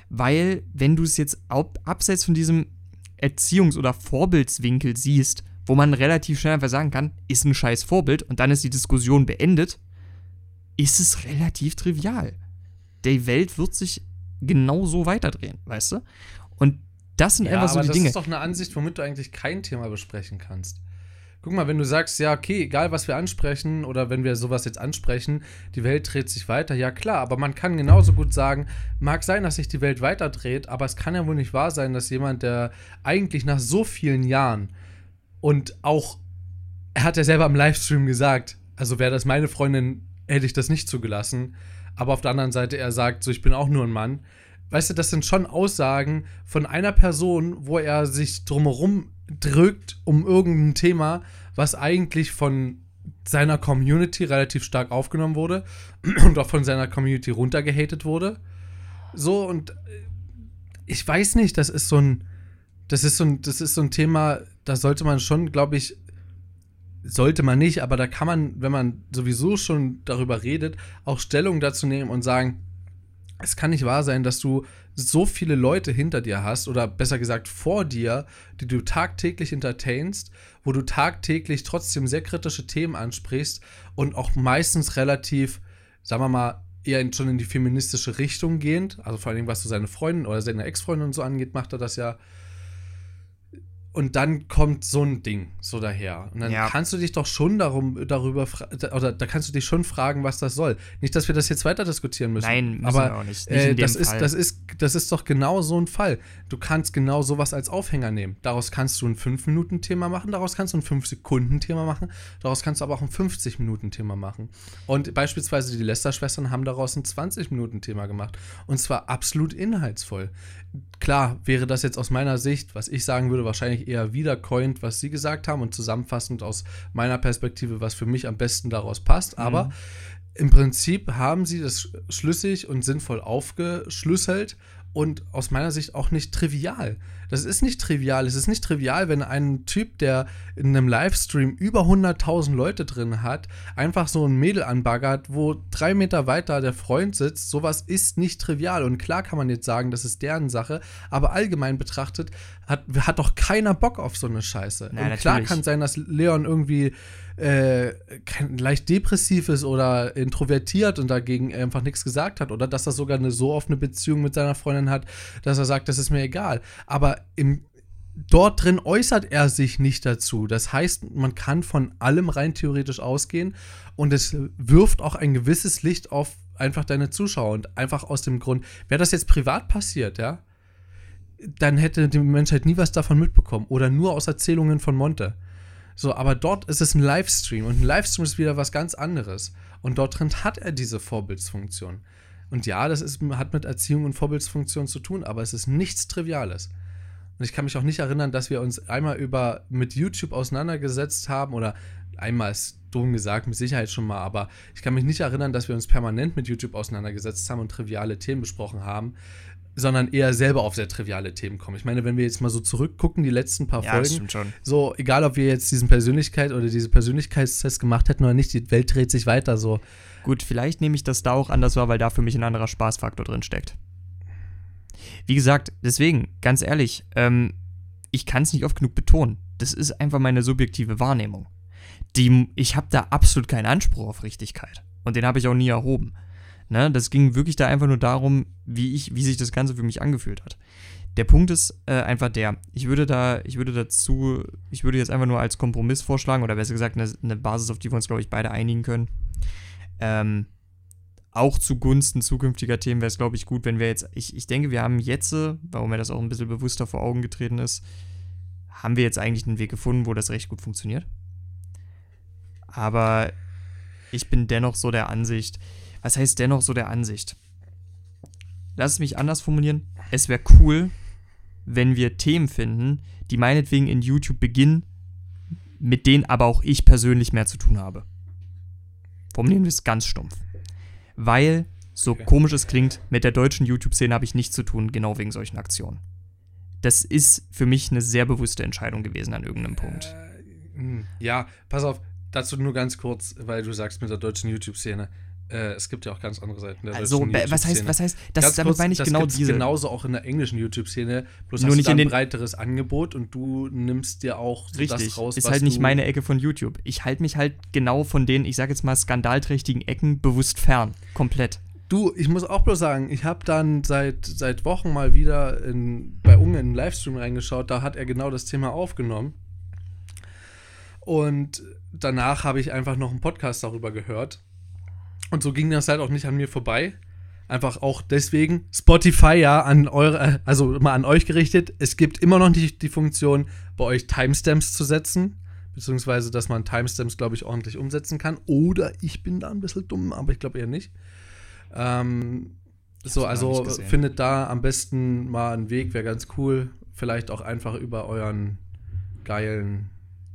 S2: Weil, wenn du es jetzt ab, abseits von diesem Erziehungs- oder Vorbildswinkel siehst, wo man relativ schnell einfach sagen kann, ist ein scheiß Vorbild und dann ist die Diskussion beendet, ist es relativ trivial. Die Welt wird sich genauso weiterdrehen, weißt du? Und das sind
S3: Ja,
S2: einfach so
S3: aber
S2: die
S3: das
S2: Dinge.
S3: ist doch eine Ansicht, womit du eigentlich kein Thema besprechen kannst. Guck mal, wenn du sagst, ja, okay, egal was wir ansprechen oder wenn wir sowas jetzt ansprechen, die Welt dreht sich weiter, ja klar, aber man kann genauso gut sagen, mag sein, dass sich die Welt weiter dreht, aber es kann ja wohl nicht wahr sein, dass jemand, der eigentlich nach so vielen Jahren und auch, er hat ja selber im Livestream gesagt, also wäre das meine Freundin, hätte ich das nicht zugelassen, aber auf der anderen Seite er sagt, so ich bin auch nur ein Mann. Weißt du, das sind schon Aussagen von einer Person, wo er sich drumherum drückt um irgendein Thema, was eigentlich von seiner Community relativ stark aufgenommen wurde und auch von seiner Community runtergehatet wurde. So, und ich weiß nicht, das ist so ein, das ist so ein, das ist so ein Thema, da sollte man schon, glaube ich, sollte man nicht, aber da kann man, wenn man sowieso schon darüber redet, auch Stellung dazu nehmen und sagen, es kann nicht wahr sein, dass du so viele Leute hinter dir hast oder besser gesagt vor dir, die du tagtäglich entertainst, wo du tagtäglich trotzdem sehr kritische Themen ansprichst und auch meistens relativ, sagen wir mal, eher in, schon in die feministische Richtung gehend, also vor allem was so seine Freundin oder seine Ex-Freundin und so angeht, macht er das ja. Und dann kommt so ein Ding so daher. Und dann
S2: Ja.
S3: kannst du dich doch schon darum, darüber, fra- oder da kannst du dich schon fragen, was das soll. Nicht, dass wir das jetzt weiter diskutieren müssen.
S2: Nein, müssen
S3: aber
S2: wir auch nicht. Nicht
S3: äh,
S2: in dem
S3: das, ist,
S2: Fall.
S3: das, ist, das ist doch genau so ein Fall. Du kannst genau sowas als Aufhänger nehmen. Daraus kannst du ein fünf Minuten Thema machen, daraus kannst du ein fünf Sekunden Thema machen, daraus kannst du aber auch ein fünfzig Minuten Thema machen. Und beispielsweise die Lester-Schwestern haben daraus ein zwanzig Minuten Thema gemacht. Und zwar absolut inhaltsvoll. Klar wäre das jetzt aus meiner Sicht, was ich sagen würde, wahrscheinlich eher wiedercoint, was sie gesagt haben und zusammenfassend aus meiner Perspektive, was für mich am besten daraus passt. Aber
S2: Mhm.
S3: im Prinzip haben sie das schlüssig und sinnvoll aufgeschlüsselt und aus meiner Sicht auch nicht trivial. Das ist nicht trivial. Es ist nicht trivial, wenn ein Typ, der in einem Livestream über hunderttausend Leute drin hat, einfach so ein Mädel anbaggert, wo drei Meter weiter der Freund sitzt. Sowas ist nicht trivial. Und klar kann man jetzt sagen, das ist deren Sache, aber allgemein betrachtet hat, hat doch keiner Bock auf so eine Scheiße.
S2: Nein,
S3: und klar
S2: natürlich.
S3: kann sein, dass Leon irgendwie äh, kein, leicht depressiv ist oder introvertiert und dagegen einfach nichts gesagt hat oder dass er sogar eine so offene Beziehung mit seiner Freundin hat, dass er sagt, das ist mir egal. Aber im, dort drin äußert er sich nicht dazu. Das heißt, man kann von allem rein theoretisch ausgehen und es wirft auch ein gewisses Licht auf einfach deine Zuschauer und einfach aus dem Grund, wäre das jetzt privat passiert, ja, dann hätte die Menschheit nie was davon mitbekommen oder nur aus Erzählungen von Monte. So, aber dort ist es ein Livestream und ein Livestream ist wieder was ganz anderes. Und dort drin hat er diese Vorbildsfunktion. Und ja, das ist, hat mit Erziehung und Vorbildsfunktion zu tun, aber es ist nichts Triviales. Und ich kann mich auch nicht erinnern, dass wir uns einmal über mit YouTube auseinandergesetzt haben oder einmal ist dumm gesagt, mit Sicherheit schon mal, aber ich kann mich nicht erinnern, dass wir uns permanent mit YouTube auseinandergesetzt haben und triviale Themen besprochen haben, sondern eher selber auf sehr triviale Themen kommen. Ich meine, wenn wir jetzt mal so zurückgucken, die letzten paar
S2: Ja, das
S3: Folgen,
S2: stimmt schon.
S3: so, egal ob wir jetzt diesen Persönlichkeit oder diese Persönlichkeitstest gemacht hätten oder nicht, die Welt dreht sich weiter so.
S2: Gut, vielleicht nehme ich das da auch anders wahr, weil da für mich ein anderer Spaßfaktor drin steckt. Wie gesagt, deswegen, ganz ehrlich, ähm, ich kann es nicht oft genug betonen. Das ist einfach meine subjektive Wahrnehmung. Die, ich habe da absolut keinen Anspruch auf Richtigkeit. Und den habe ich auch nie erhoben. Ne? Das ging wirklich da einfach nur darum, wie, ich, wie sich das Ganze für mich angefühlt hat. Der Punkt ist äh, einfach der, ich würde da, ich würde dazu, ich würde jetzt einfach nur als Kompromiss vorschlagen, oder besser gesagt eine, eine Basis, auf die wir uns, glaube ich, beide einigen können. Ähm, auch zugunsten zukünftiger Themen wäre es, glaube ich, gut, wenn wir jetzt, ich, ich denke, wir haben jetzt, warum mir das auch ein bisschen bewusster vor Augen getreten ist, haben wir jetzt eigentlich einen Weg gefunden, wo das recht gut funktioniert. Aber ich bin dennoch so der Ansicht, was heißt dennoch so der Ansicht? Lass es mich anders formulieren. Es wäre cool, wenn wir Themen finden, die meinetwegen in YouTube beginnen, mit denen aber auch ich persönlich mehr zu tun habe. Formulieren wir es ganz stumpf. Weil, so
S3: Okay.
S2: komisch es klingt, mit der deutschen YouTube-Szene habe ich nichts zu tun, genau wegen solchen Aktionen. Das ist für mich eine sehr bewusste Entscheidung gewesen an irgendeinem Punkt.
S3: Äh, ja, pass auf, dazu nur ganz kurz, weil du sagst mit der deutschen YouTube-Szene. Äh, es gibt ja auch ganz andere Seiten der
S2: Also,
S3: deutschen
S2: be- was heißt,
S3: YouTube-Szene.
S2: was heißt, das,
S3: Ganz
S2: damit
S3: kurz,
S2: meine ich
S3: das
S2: genau
S3: gibt's
S2: diese.
S3: genauso auch in der englischen YouTube-Szene, bloß
S2: Nur
S3: hast
S2: nicht
S3: du da
S2: in
S3: ein
S2: den-
S3: breiteres Angebot und du nimmst dir auch so
S2: Richtig,
S3: das raus,
S2: ist
S3: was
S2: halt nicht
S3: du
S2: meine Ecke von YouTube. Ich halte mich halt genau von den, ich sag jetzt mal, skandalträchtigen Ecken bewusst fern. Komplett.
S3: Du, ich muss auch bloß sagen, ich habe dann seit, seit Wochen mal wieder in, bei Unge in einen Livestream reingeschaut, da hat er genau das Thema aufgenommen. Und danach habe ich einfach noch einen Podcast darüber gehört. Und so ging das halt auch nicht an mir vorbei. Einfach auch deswegen, Spotify ja an eure, also mal an euch gerichtet. Es gibt immer noch nicht die Funktion, bei euch Timestamps zu setzen. Beziehungsweise, dass man Timestamps, glaube ich, ordentlich umsetzen kann. Oder ich bin da ein bisschen dumm, aber ich glaube eher nicht. Ähm, so,
S2: hab's noch
S3: also
S2: nicht gesehen.
S3: findet da am besten mal einen Weg, wäre ganz cool. Vielleicht auch einfach über euren geilen,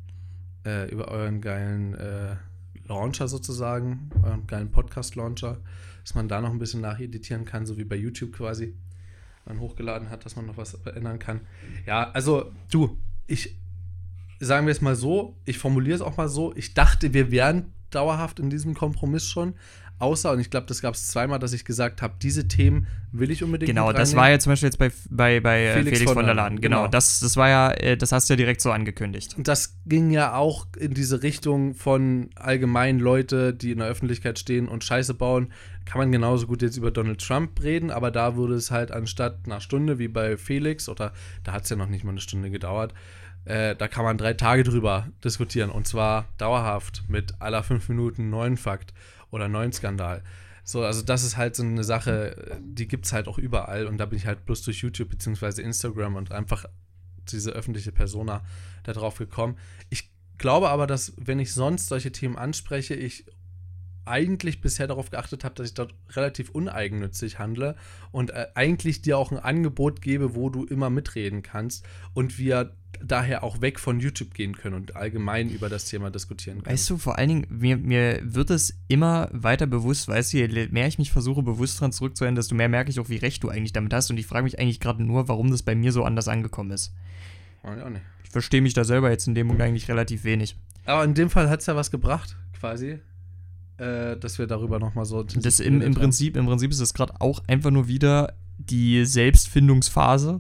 S3: äh, über euren geilen äh, Launcher sozusagen, euren geilen Podcast-Launcher, dass man da noch ein bisschen nacheditieren kann, so wie bei YouTube quasi, wenn man hochgeladen hat, dass man noch was ändern kann. Ja, also du, ich, sagen wir es mal so, ich formuliere es auch mal so, ich dachte, wir wären dauerhaft in diesem Kompromiss schon, außer, und ich glaube, das gab es zweimal, dass ich gesagt habe, diese Themen will ich unbedingt
S2: Genau,
S3: mit
S2: das
S3: reinnehmen.
S2: war ja zum Beispiel jetzt bei, bei, bei äh,
S3: Felix
S2: Felix,
S3: von
S2: von
S3: der
S2: der
S3: Laden,
S2: Laden. Genau,
S3: genau.
S2: das, das war ja, äh, das hast du ja direkt so angekündigt.
S3: Und das ging ja auch in diese Richtung von allgemein Leute, die in der Öffentlichkeit stehen und Scheiße bauen. Kann man genauso gut jetzt über Donald Trump reden, aber da wurde es halt anstatt einer Stunde wie bei Felix, oder da hat es ja noch nicht mal eine Stunde gedauert, äh, da kann man drei Tage drüber diskutieren. Und zwar dauerhaft mit aller fünf Minuten neuen Fakt oder neuen Skandal. So, also das ist halt so eine Sache, die gibt es halt auch überall. Und da bin ich halt bloß durch YouTube bzw. Instagram und einfach diese öffentliche Persona da drauf gekommen. Ich glaube aber, dass, wenn ich sonst solche Themen anspreche, ich eigentlich bisher darauf geachtet habe, dass ich dort relativ uneigennützig handle und äh, eigentlich dir auch ein Angebot gebe, wo du immer mitreden kannst und wir daher auch weg von YouTube gehen können und allgemein über das Thema diskutieren können.
S2: Weißt du, vor allen Dingen, mir, mir wird es immer weiter bewusst, weißt du, je mehr ich mich versuche, bewusst dran zurückzuhören, desto mehr merke ich auch, wie recht du eigentlich damit hast. Und ich frage mich eigentlich gerade nur, warum das bei mir so anders angekommen ist.
S3: Weiß ich auch nicht.
S2: Ich verstehe mich da selber jetzt in dem Punkt eigentlich relativ wenig.
S3: Aber in dem Fall hat es ja was gebracht, quasi, äh, dass wir darüber nochmal so
S2: Das im, im, Prinzip, Im Prinzip ist das gerade auch einfach nur wieder die Selbstfindungsphase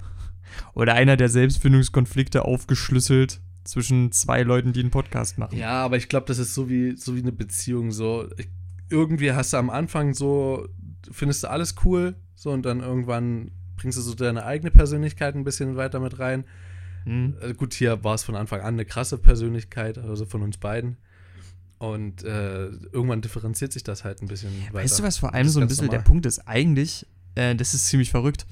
S2: oder einer der Selbstfindungskonflikte aufgeschlüsselt zwischen zwei Leuten, die einen Podcast machen.
S3: Ja, aber ich glaube, das ist so wie, so wie eine Beziehung. So. Ich, irgendwie hast du am Anfang so, findest du alles cool, so, und dann irgendwann bringst du so deine eigene Persönlichkeit ein bisschen weiter mit rein.
S2: Hm.
S3: Äh, gut, hier war es von Anfang an eine krasse Persönlichkeit, also von uns beiden. Und äh, irgendwann differenziert sich das halt ein bisschen weiter.
S2: Weißt du, was vor
S3: Das
S2: allem
S3: ist
S2: so ein
S3: ganz
S2: bisschen
S3: normal.
S2: der Punkt ist? Eigentlich, äh, das ist ziemlich verrückt,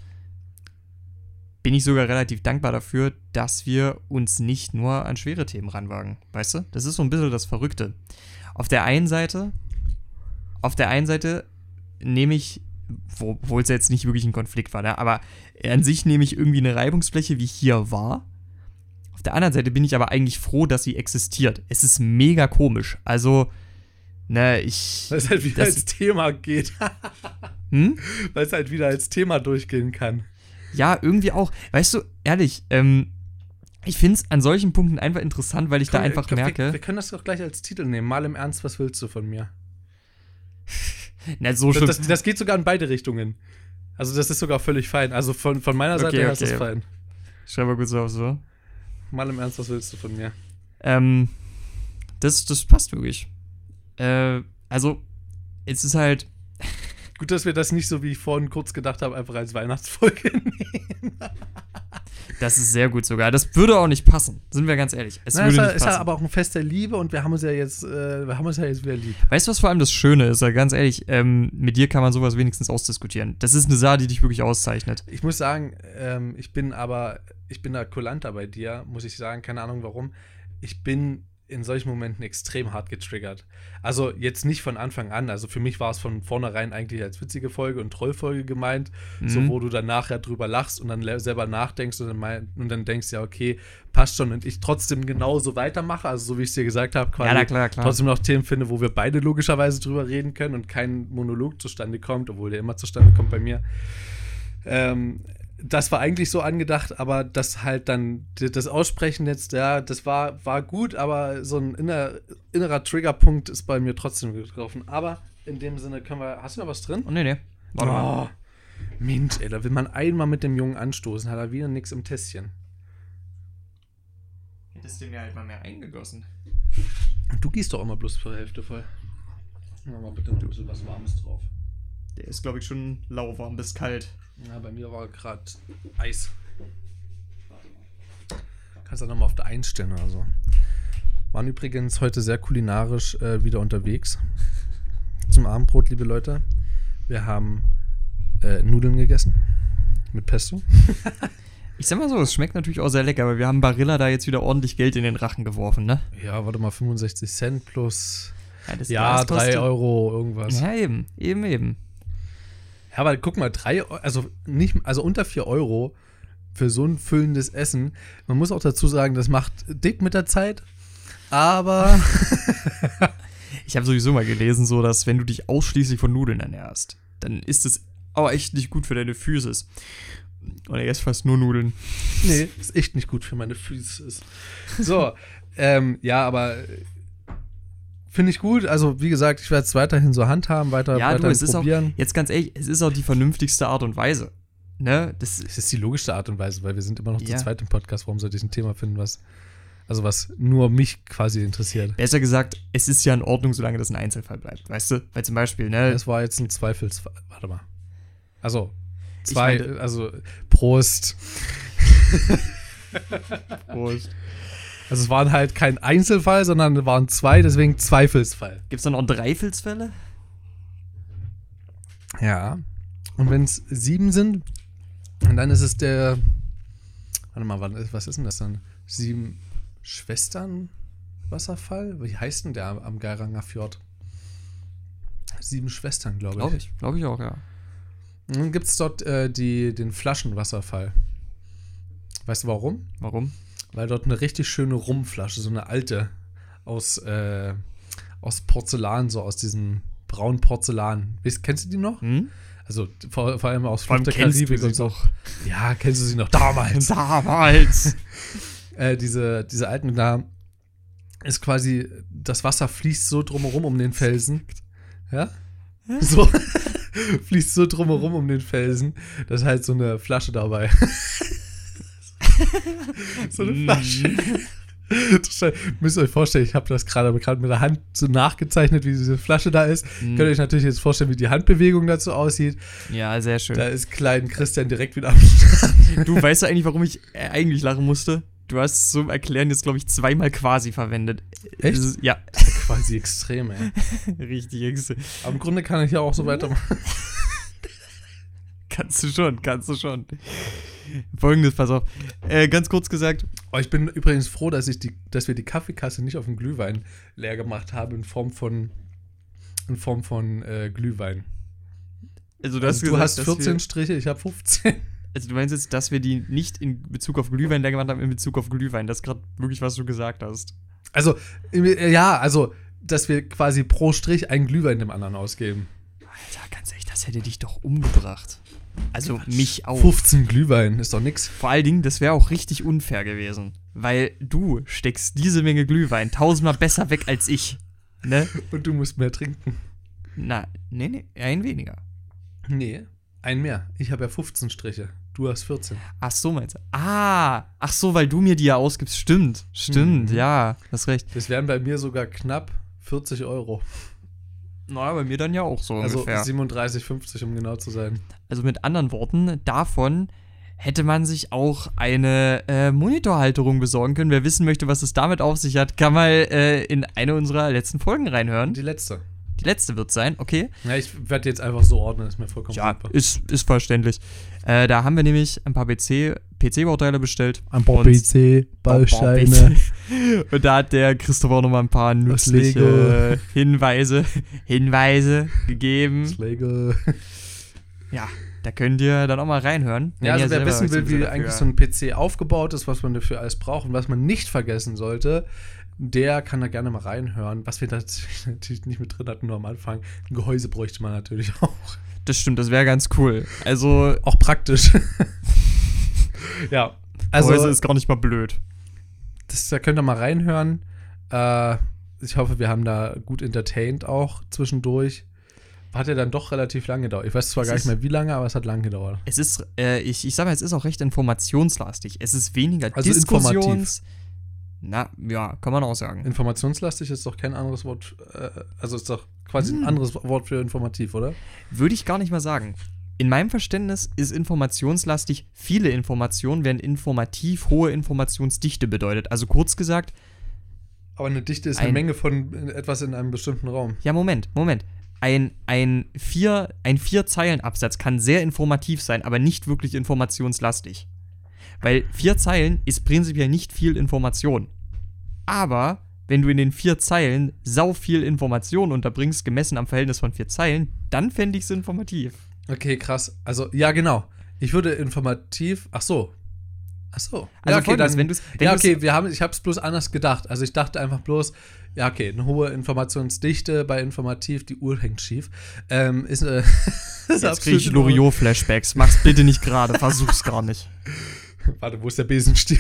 S2: bin ich sogar relativ dankbar dafür, dass wir uns nicht nur an schwere Themen ranwagen. Weißt du? Das ist so ein bisschen das Verrückte. Auf der einen Seite, auf der einen Seite nehme ich, obwohl es jetzt nicht wirklich ein Konflikt war, ne? Aber an sich nehme ich irgendwie eine Reibungsfläche, wie hier war. Auf der anderen Seite bin ich aber eigentlich froh, dass sie existiert. Es ist mega komisch. Also, ne, ich...
S3: Weil es halt wieder
S2: das-
S3: als Thema geht.
S2: Hm?
S3: Weil es halt wieder als Thema durchgehen kann.
S2: Ja, irgendwie auch. Weißt du, ehrlich, ähm, ich finde es an solchen Punkten einfach interessant, weil ich da
S3: Komm,
S2: einfach
S3: wir,
S2: merke,
S3: Wir, wir können das doch gleich als Titel nehmen. Mal im Ernst, was willst du von mir?
S2: na, so
S3: Das,
S2: schlimm.
S3: das, das geht sogar in beide Richtungen. Also das ist sogar völlig fein. Also von, von meiner Seite
S2: Okay,
S3: her ist das
S2: okay.
S3: fein.
S2: Schreib mal kurz auf, so.
S3: Mal im Ernst, was willst du von mir?
S2: Ähm, das, das passt wirklich. Äh, also, es ist halt,
S3: Gut, dass wir das nicht so, wie ich vorhin kurz gedacht habe, einfach als Weihnachtsfolge nehmen.
S2: das ist sehr gut sogar. Das würde auch nicht passen, sind wir ganz ehrlich. Es
S3: Na,
S2: würde
S3: ist, ja,
S2: nicht
S3: ist ja
S2: passen.
S3: aber auch ein Fest der Liebe und wir haben uns ja jetzt, äh, wir haben uns ja jetzt wieder lieb.
S2: Weißt du, was vor allem das Schöne ist? Ja, ganz ehrlich, ähm, mit dir kann man sowas wenigstens ausdiskutieren. Das ist eine Sache, die dich wirklich auszeichnet.
S3: Ich muss sagen, ähm, ich bin aber, ich bin da kulanter bei dir, muss ich sagen, keine Ahnung warum. Ich bin in solchen Momenten extrem hart getriggert. Also jetzt nicht von Anfang an, also für mich war es von vornherein eigentlich als witzige Folge und Trollfolge gemeint,
S2: Mhm.
S3: so wo du dann nachher drüber lachst und dann le- selber nachdenkst und dann, mein, und dann denkst, ja okay, passt schon, und ich trotzdem genauso weitermache, also so wie ich es dir gesagt habe, quasi
S2: Ja, na klar, klar.
S3: trotzdem noch Themen finde, wo wir beide logischerweise drüber reden können und kein Monolog zustande kommt, obwohl der immer zustande kommt bei mir. Ähm, das war eigentlich so angedacht, aber das halt dann, das Aussprechen jetzt, ja, das war, war gut, aber so ein inner, innerer Triggerpunkt ist bei mir trotzdem getroffen. Aber in dem Sinne können wir. Hast du noch was drin?
S2: Oh, nee, nee. Warte mal.
S3: Oh, Mensch, ey, da will man einmal mit dem Jungen anstoßen, hat er wieder nichts im Tässchen.
S2: Hättest du mir halt mal mehr eingegossen.
S3: Du gießt doch immer bloß zur Hälfte voll. Mach mal bitte noch ein bisschen was Warmes drauf.
S2: Der ist, glaube ich, schon lauwarm bis kalt.
S3: Ja, bei mir war gerade Eis. Kannst du nochmal auf der eins stellen oder so. Waren übrigens heute sehr kulinarisch äh, wieder unterwegs. Zum Abendbrot, liebe Leute. Wir haben äh, Nudeln gegessen. Mit Pesto.
S2: Ich sag mal so, es schmeckt natürlich auch sehr lecker, aber wir haben Barilla da jetzt wieder ordentlich Geld in den Rachen geworfen, ne?
S3: Ja, warte mal, fünfundsechzig Cent plus.
S2: Ja, das
S3: Ja,
S2: Glas kostet-
S3: drei Euro irgendwas.
S2: Ja, eben. Eben, eben.
S3: Ja, aber guck mal, drei Euro, also nicht, also unter vier Euro für so ein füllendes Essen. Man muss auch dazu sagen, das macht dick mit der Zeit, aber
S2: Ich habe sowieso mal gelesen, so, dass wenn du dich ausschließlich von Nudeln ernährst, dann ist es aber echt nicht gut für deine Physis. Und er isst fast nur Nudeln.
S3: nee, ist echt nicht gut für meine Füße. So, ähm, ja, aber finde ich gut. Also, wie gesagt, ich werde es weiterhin so handhaben, weiter,
S2: Ja, du,
S3: weiterhin
S2: es ist auch,
S3: probieren.
S2: jetzt ganz ehrlich, es ist auch die vernünftigste Art und Weise. Ne? Das
S3: Es ist die logischste Art und Weise, weil wir sind immer noch
S2: Ja.
S3: zu zweit im Podcast. Warum sollte ich ein Thema finden, was, also was nur mich quasi interessiert?
S2: Besser gesagt, es ist ja in Ordnung, solange das ein Einzelfall bleibt, weißt du? Weil zum Beispiel, ne?
S3: Das war jetzt ein Zweifelsfall. Warte mal. Also, zwei,
S2: Ich meinte-
S3: also Prost.
S2: Prost.
S3: Also es waren halt kein Einzelfall, sondern es waren zwei, deswegen Zweifelsfall.
S2: Gibt's da noch Dreifelsfälle?
S3: Ja. Und wenn es sieben sind, dann ist es der. Warte mal, wann ist- was ist denn das dann? Sieben Schwestern Wasserfall? Wie heißt denn der am, am Geiranger Fjord? Sieben Schwestern, glaube ich.
S2: Glaube ich. Glaube ich auch, ja.
S3: Und dann gibt es dort äh, die, den Flaschenwasserfall. Weißt du warum?
S2: Warum?
S3: Weil dort eine richtig schöne Rumflasche, so eine alte, aus, äh, aus Porzellan, so aus diesem braunen Porzellan. Weißt, kennst du die noch?
S2: Hm?
S3: Also vor, vor allem aus
S2: Vor allem
S3: Fluch der
S2: kennst du
S3: Karibik
S2: sie
S3: und so.
S2: doch.
S3: Ja, kennst du sie noch? Damals.
S2: Damals.
S3: äh, diese, diese alten, da ist quasi, das Wasser fließt so drumherum um den Felsen. Ja? So. Fließt so drumherum um den Felsen. Das ist halt so eine Flasche dabei. So eine Flasche. Total- Müsst ihr euch vorstellen, ich habe das gerade gerade mit der Hand so nachgezeichnet, wie diese Flasche da ist.
S2: Mhm.
S3: Könnt ihr euch natürlich jetzt vorstellen, wie die Handbewegung dazu aussieht.
S2: Ja, sehr schön.
S3: Da ist kleinen Christian direkt wieder am Start.
S2: Du weißt ja eigentlich, warum ich äh, eigentlich lachen musste? Du hast zum Erklären jetzt, glaube ich, zweimal quasi verwendet.
S3: Echt?
S2: Das ist- Ja,
S3: Quasi extrem, ey.
S2: richtig. ex-
S3: Aber im Grunde kann ich ja auch so weitermachen.
S2: Kannst du schon, kannst du schon. Folgendes, pass auf. Äh, ganz kurz gesagt,
S3: Oh, ich bin übrigens froh, dass, ich die, dass wir die Kaffeekasse nicht auf den Glühwein leer gemacht haben in Form von, in Form von äh, Glühwein.
S2: also du,
S3: Also
S2: hast,
S3: du
S2: gesagt,
S3: hast
S2: dass
S3: vierzehn
S2: Wir,
S3: Striche, ich habe fünfzehn.
S2: also du meinst jetzt, dass wir die nicht in Bezug auf Glühwein leer gemacht haben, in Bezug auf Glühwein. Das ist gerade wirklich, was du gesagt hast.
S3: Also, äh, ja, also, dass wir quasi pro Strich einen Glühwein dem anderen ausgeben.
S2: Alter, ganz ehrlich, das hätte dich doch umgebracht. Also mich auch.
S3: fünfzehn Glühwein, ist doch nix.
S2: Vor allen Dingen, das wäre auch richtig unfair gewesen. Weil du steckst diese Menge Glühwein tausendmal besser weg als ich. Ne?
S3: Und du musst mehr trinken.
S2: Na, nee, nee, ein weniger.
S3: Nee, ein mehr. Ich habe ja fünfzehn Striche. Du hast vierzehn.
S2: Ach so, meinst du? Ah, ach so, weil du mir die ja ausgibst. Stimmt, stimmt,
S3: Mhm.
S2: ja, hast recht.
S3: Das wären bei mir sogar knapp vierzig Euro.
S2: Na, bei mir dann ja auch so
S3: Also
S2: ungefähr.
S3: siebenunddreißig fünfzig, um genau zu sein.
S2: Also mit anderen Worten, davon hätte man sich auch eine äh, Monitorhalterung besorgen können. Wer wissen möchte, was es damit auf sich hat, kann mal äh, in eine unserer letzten Folgen reinhören.
S3: Und die letzte.
S2: Die letzte wird sein, okay?
S3: Ja, ich werde jetzt einfach so ordnen, ist mir vollkommen
S2: Ja,
S3: super.
S2: ist, ist verständlich. Äh, da haben wir nämlich ein paar P C, P C-Bauteile bestellt.
S3: Ein paar
S2: Und-
S3: P C-Bausteine.
S2: Und da hat der Christopher auch nochmal ein paar
S3: Lego.
S2: nützliche Hinweise, Hinweise gegeben.
S3: Lego.
S2: Ja, da könnt ihr dann auch mal reinhören. wenn
S3: Ja, also
S2: ihr
S3: wer
S2: selber
S3: wissen
S2: euch
S3: will,
S2: sowieso
S3: wie
S2: dafür-
S3: eigentlich so ein P C aufgebaut ist, was man dafür alles braucht und was man nicht vergessen sollte, der kann da gerne mal reinhören. Was wir da natürlich nicht mit drin hatten, nur am Anfang. Ein Gehäuse bräuchte man natürlich auch.
S2: Das stimmt, das wäre ganz cool. Also,
S3: Auch praktisch. Ja, also
S2: Gehäuse ist gar nicht mal blöd.
S3: das, da könnt ihr mal reinhören. Äh, ich hoffe, wir haben da gut entertained auch zwischendurch. hat ja dann doch relativ lange gedauert. Ich weiß zwar
S2: Es
S3: gar nicht
S2: ist-
S3: mehr wie lange, aber es hat lange gedauert.
S2: Es ist, äh, ich, ich sag mal, es ist auch recht informationslastig. Es ist weniger
S3: Also
S2: Diskussions... Na, ja, kann man auch sagen.
S3: Informationslastig ist doch kein anderes Wort, äh, also ist doch quasi
S2: Hm.
S3: ein anderes Wort für informativ, oder?
S2: Würde ich gar nicht mal sagen. In meinem Verständnis ist informationslastig viele Informationen, während informativ hohe Informationsdichte bedeutet. Also kurz gesagt,
S3: Aber eine Dichte ist eine
S2: Ein-
S3: Menge von etwas in einem bestimmten Raum.
S2: ja, Moment, Moment. Ein, ein, vier, ein Vier-Zeilen-Absatz kann sehr informativ sein, aber nicht wirklich informationslastig. Weil vier Zeilen ist prinzipiell nicht viel Information. Aber wenn du in den vier Zeilen sau viel Information unterbringst, gemessen am Verhältnis von vier Zeilen, dann fände ich es informativ.
S3: Okay, krass. Also, ja, genau. Ich würde informativ, ach so. Ach so.
S2: Also
S3: ja, okay,
S2: folgendes,
S3: dann,
S2: wenn du's- wenn
S3: ja,
S2: du's-
S3: okay, wir haben, ich habe es bloß anders gedacht. Also ich dachte einfach bloß, ja, okay, eine hohe Informationsdichte bei informativ, die Uhr hängt schief. Ähm, ist, äh, ist
S2: Jetzt kriege ich
S3: absolut in Ordnung.
S2: Loriot-Flashbacks. Mach's bitte nicht gerade, versuch's gar nicht.
S3: Warte, wo ist der Besenstiel?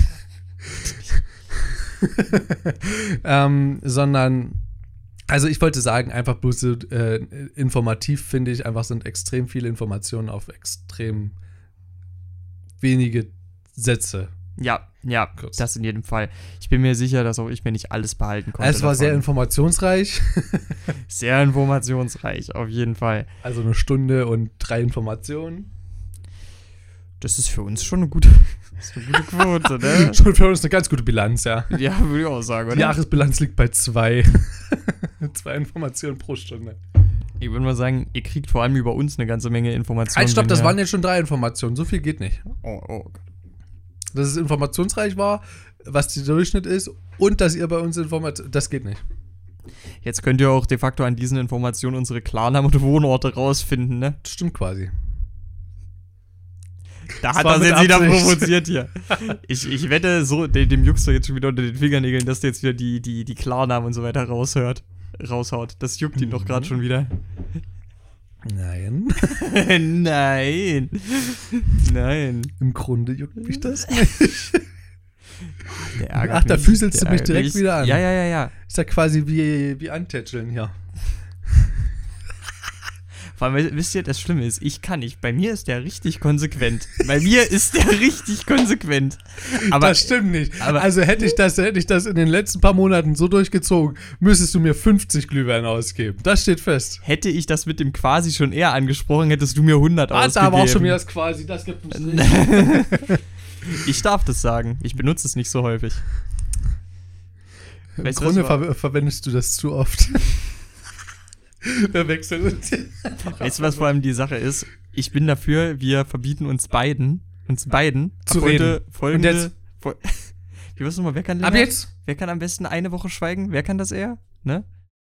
S3: ähm, sondern, also ich wollte sagen, einfach bloß so, äh, informativ finde ich, einfach sind extrem viele Informationen auf extrem wenige Sätze.
S2: Ja, ja,
S3: Kurz.
S2: das in jedem Fall. Ich bin mir sicher, dass auch ich mir nicht alles behalten konnte.
S3: Es war sehr
S2: davon.
S3: informationsreich,
S2: sehr informationsreich, auf jeden Fall.
S3: also eine Stunde und drei Informationen.
S2: Das ist für uns schon eine gute, das ist eine gute Quote, ne?
S3: Schon für uns eine ganz gute Bilanz, ja.
S2: Ja, würde ich auch sagen,
S3: Die
S2: oder?
S3: Jahresbilanz liegt bei zwei. zwei Informationen pro Stunde.
S2: Ich würde mal sagen, ihr kriegt vor allem über uns eine ganze Menge Informationen.
S3: Halt, stopp,
S2: wenn
S3: das
S2: ihr-
S3: waren jetzt schon drei Informationen. So viel geht nicht.
S2: Oh, oh.
S3: Dass es informationsreich war, was der Durchschnitt ist und dass ihr bei uns informiert, das geht nicht.
S2: Jetzt könnt ihr auch de facto an diesen Informationen unsere Klarnamen und Wohnorte rausfinden, ne?
S3: Das stimmt quasi.
S2: Da
S3: Das
S2: hat
S3: war
S2: er
S3: mit
S2: jetzt wieder
S3: Absicht.
S2: provoziert hier. Ich, ich wette, so, dem, dem juckt er jetzt schon wieder unter den Fingernägeln, dass der jetzt wieder die, die, die Klarnamen und so weiter raushört, raushaut. Das juckt ihn doch gerade schon wieder.
S3: Nein.
S2: Nein. Nein.
S3: Im Grunde juckt mich das nicht.
S2: Der ärgert
S3: Ach, da
S2: mich.
S3: füßelst du
S2: Der
S3: mich
S2: ärgert
S3: direkt
S2: mich.
S3: wieder an.
S2: Ja, ja, ja, ja.
S3: Ist ja quasi wie, wie Antätscheln hier.
S2: Vor allem, wisst ihr, das Schlimme ist, ich kann nicht. Bei mir ist der richtig konsequent. Bei mir ist der richtig konsequent. Aber
S3: das stimmt nicht.
S2: aber-
S3: also hätte ich, das, hätte ich das in den letzten paar Monaten so durchgezogen, müsstest du mir fünfzig Glühwein ausgeben. Das steht fest.
S2: hätte ich das mit dem quasi schon eher angesprochen, hättest du mir hundert
S3: Ah, da
S2: ausgegeben.
S3: aber auch schon wieder das quasi, das gibt einen Strich.
S2: Ich darf das sagen. Ich benutze es nicht so häufig.
S3: Im
S2: Weißt du,
S3: Grunde
S2: was war-
S3: ver verwendest du das zu oft. Wir wechseln uns.
S2: Weißt du, was vor allem die Sache ist? Ich bin dafür, wir verbieten uns beiden, uns beiden,
S3: Zu
S2: ab heute
S3: reden.
S2: folgende,
S3: Und jetzt?
S2: fol- Wie wirst du mal, wer kann
S3: Ab
S2: länger-
S3: jetzt?
S2: Wer kann am besten eine Woche schweigen? Wer kann das eher? Ne?